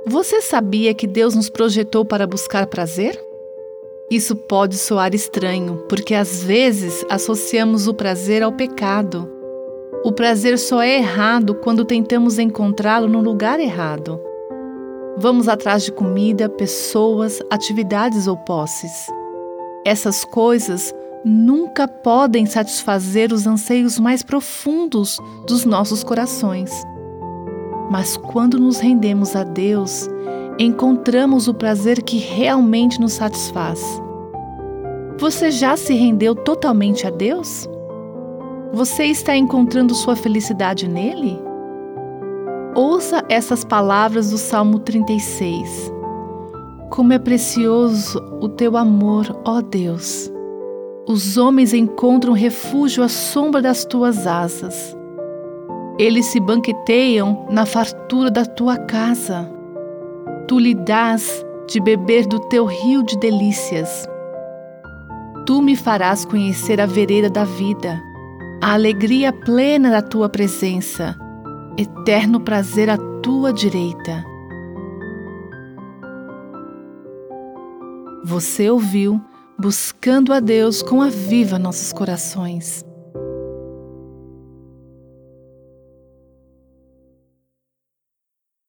Você sabia que Deus nos projetou para buscar prazer? Isso pode soar estranho, porque às vezes associamos o prazer ao pecado. O prazer só é errado quando tentamos encontrá-lo no lugar errado. Vamos atrás de comida, pessoas, atividades ou posses. Essas coisas nunca podem satisfazer os anseios mais profundos dos nossos corações. Mas quando nos rendemos a Deus, encontramos o prazer que realmente nos satisfaz. Você já se rendeu totalmente a Deus? Você está encontrando sua felicidade nele? Ouça essas palavras do Salmo 36. Como é precioso o teu amor, ó Deus! Os homens encontram refúgio à sombra das tuas asas. Eles se banqueteiam na fartura da tua casa. Tu lhe dás de beber do teu rio de delícias. Tu me farás conhecer a vereda da vida, a alegria plena da tua presença, eterno prazer à tua direita. Você ouviu Buscando a Deus com Aviva Nossos Corações.